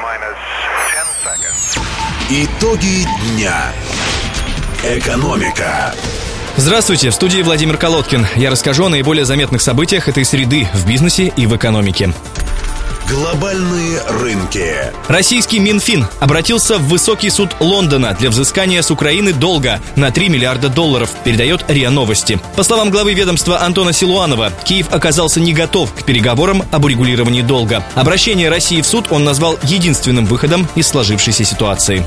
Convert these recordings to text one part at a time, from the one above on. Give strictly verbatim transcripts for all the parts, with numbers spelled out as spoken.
Итоги дня. Экономика. Здравствуйте, в студии Владимир Колодкин. Я расскажу о наиболее заметных событиях этой среды в бизнесе и в экономике. Глобальные рынки. Российский Минфин обратился в Высокий суд Лондона для взыскания с Украины долга на три миллиарда долларов, передает РИА Новости. По словам главы ведомства Антона Силуанова, Киев оказался не готов к переговорам об урегулировании долга. Обращение России в суд он назвал единственным выходом из сложившейся ситуации.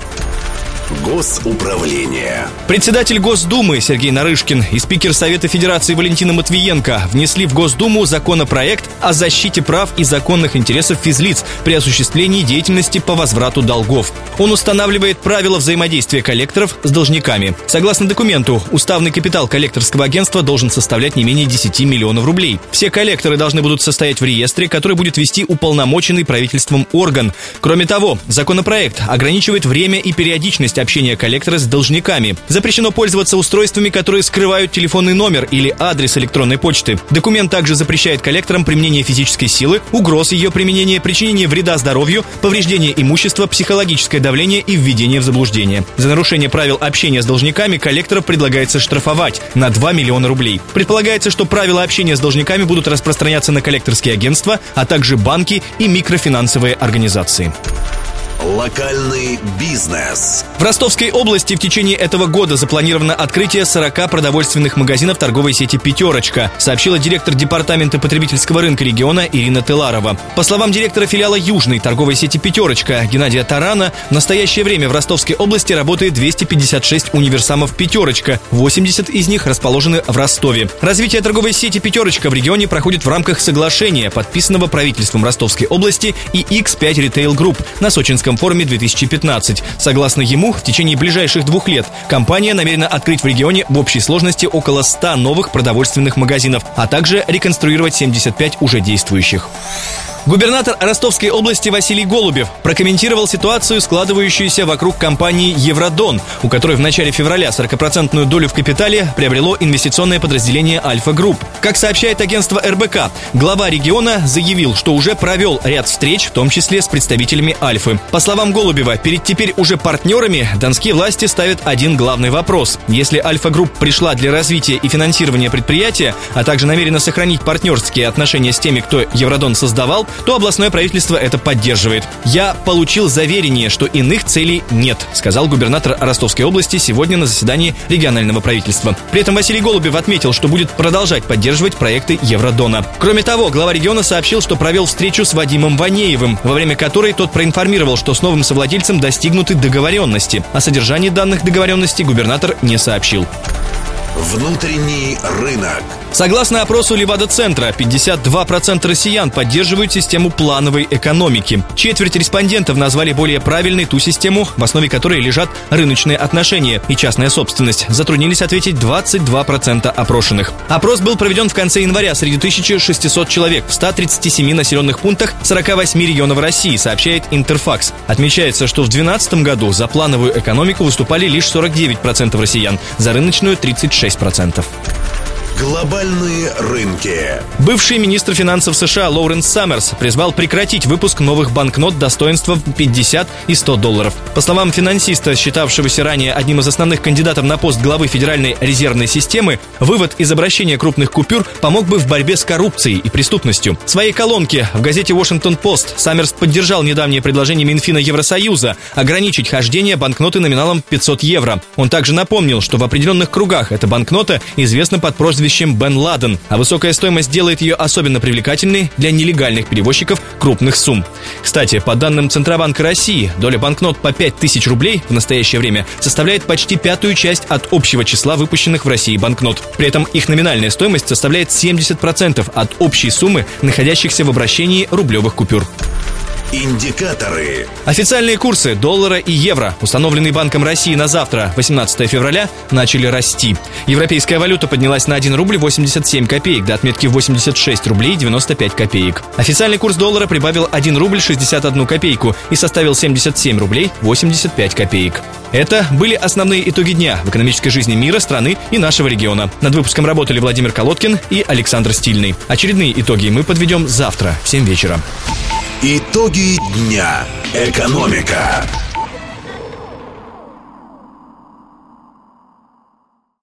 Госуправление. Председатель Госдумы Сергей Нарышкин и спикер Совета Федерации Валентина Матвиенко внесли в Госдуму законопроект о защите прав и законных интересов физлиц при осуществлении деятельности по возврату долгов. Он устанавливает правила взаимодействия коллекторов с должниками. Согласно документу, уставный капитал коллекторского агентства должен составлять не менее десять миллионов рублей. Все коллекторы должны будут состоять в реестре, который будет вести уполномоченный правительством орган. Кроме того, законопроект ограничивает время и периодичность общения коллектора с должниками. Запрещено пользоваться устройствами, которые скрывают телефонный номер или адрес электронной почты. Документ также запрещает коллекторам применение физической силы, угроз ее применения, причинение вреда здоровью, повреждение имущества, психологическое давление и введение в заблуждение. За нарушение правил общения с должниками коллекторов предлагается штрафовать на два миллиона рублей. Предполагается, что правила общения с должниками будут распространяться на коллекторские агентства, а также банки и микрофинансовые организации. Локальный бизнес. В Ростовской области в течение этого года запланировано открытие сорока продовольственных магазинов торговой сети «Пятерочка», сообщила директор департамента потребительского рынка региона Ирина Теларова. По словам директора филиала южной торговой сети «Пятерочка» Геннадия Тарана, в настоящее время в Ростовской области работает двести пятьдесят шесть универсамов «Пятерочка», восемьдесят из них расположены в Ростове. Развитие торговой сети «Пятерочка» в регионе проходит в рамках соглашения, подписанного правительством Ростовской области и икс пять Retail Group на Сочинском форуме две тысячи пятнадцать. Согласно ему, в течение ближайших двух лет компания намерена открыть в регионе в общей сложности около ста новых продовольственных магазинов, а также реконструировать семьдесят пять уже действующих. Губернатор Ростовской области Василий Голубев прокомментировал ситуацию, складывающуюся вокруг компании «Евродон», у которой в начале февраля сорокопроцентную долю в капитале приобрело инвестиционное подразделение «Альфа Групп». Как сообщает агентство эр бэ ка, глава региона заявил, что уже провел ряд встреч, в том числе с представителями «Альфы». По словам Голубева, перед теперь уже партнерами донские власти ставят один главный вопрос. Если «Альфа Групп» пришла для развития и финансирования предприятия, а также намерена сохранить партнерские отношения с теми, кто «Евродон» создавал, то областное правительство это поддерживает. «Я получил заверение, что иных целей нет», сказал губернатор Ростовской области сегодня на заседании регионального правительства. При этом Василий Голубев отметил, что будет продолжать поддерживать проекты Евродона. Кроме того, глава региона сообщил, что провел встречу с Вадимом Ванеевым, во время которой тот проинформировал, что с новым совладельцем достигнуты договоренности. О содержании данных договоренностей губернатор не сообщил. Внутренний рынок. Согласно опросу Левада-центра, пятьдесят два процента россиян поддерживают систему плановой экономики. Четверть респондентов назвали более правильной ту систему, в основе которой лежат рыночные отношения и частная собственность. Затруднились ответить двадцать два процента опрошенных. Опрос был проведен в конце января среди тысячи шестисот человек в ста тридцати семи населенных пунктах сорока восьми регионов России, сообщает Интерфакс. Отмечается, что в две тысячи двенадцатом году за плановую экономику выступали лишь сорок девять процентов россиян, за рыночную тридцать шесть процентов. Глобальные рынки. Бывший министр финансов США Лоуренс Саммерс призвал прекратить выпуск новых банкнот достоинством пятьдесят и сто долларов. По словам финансиста, считавшегося ранее одним из основных кандидатов на пост главы Федеральной резервной системы, вывод из обращения крупных купюр помог бы в борьбе с коррупцией и преступностью. В своей колонке в газете «Вашингтон Пост» Саммерс поддержал недавнее предложение Минфина Евросоюза ограничить хождение банкноты номиналом пятьсот евро. Он также напомнил, что в определенных кругах эта банкнота известна под прозвищем Бен Ладен, а высокая стоимость делает ее особенно привлекательной для нелегальных перевозчиков крупных сумм. Кстати, по данным Центробанка России, доля банкнот по пять тысяч рублей в настоящее время составляет почти пятую часть от общего числа выпущенных в России банкнот. При этом их номинальная стоимость составляет семьдесят процентов от общей суммы находящихся в обращении рублевых купюр. Индикаторы. Официальные курсы доллара и евро, установленные Банком России на завтра, восемнадцатого февраля, начали расти. Европейская валюта поднялась на один рубль восемьдесят семь копеек до отметки восемьдесят шесть рублей девяносто пять копеек. Официальный курс доллара прибавил один рубль шестьдесят одну копейку и составил семьдесят семь рублей восемьдесят пять копеек. Это были основные итоги дня в экономической жизни мира, страны и нашего региона. Над выпуском работали Владимир Колодкин и Александр Стильный. Очередные итоги мы подведем завтра в семь вечера. Итоги дня. Экономика.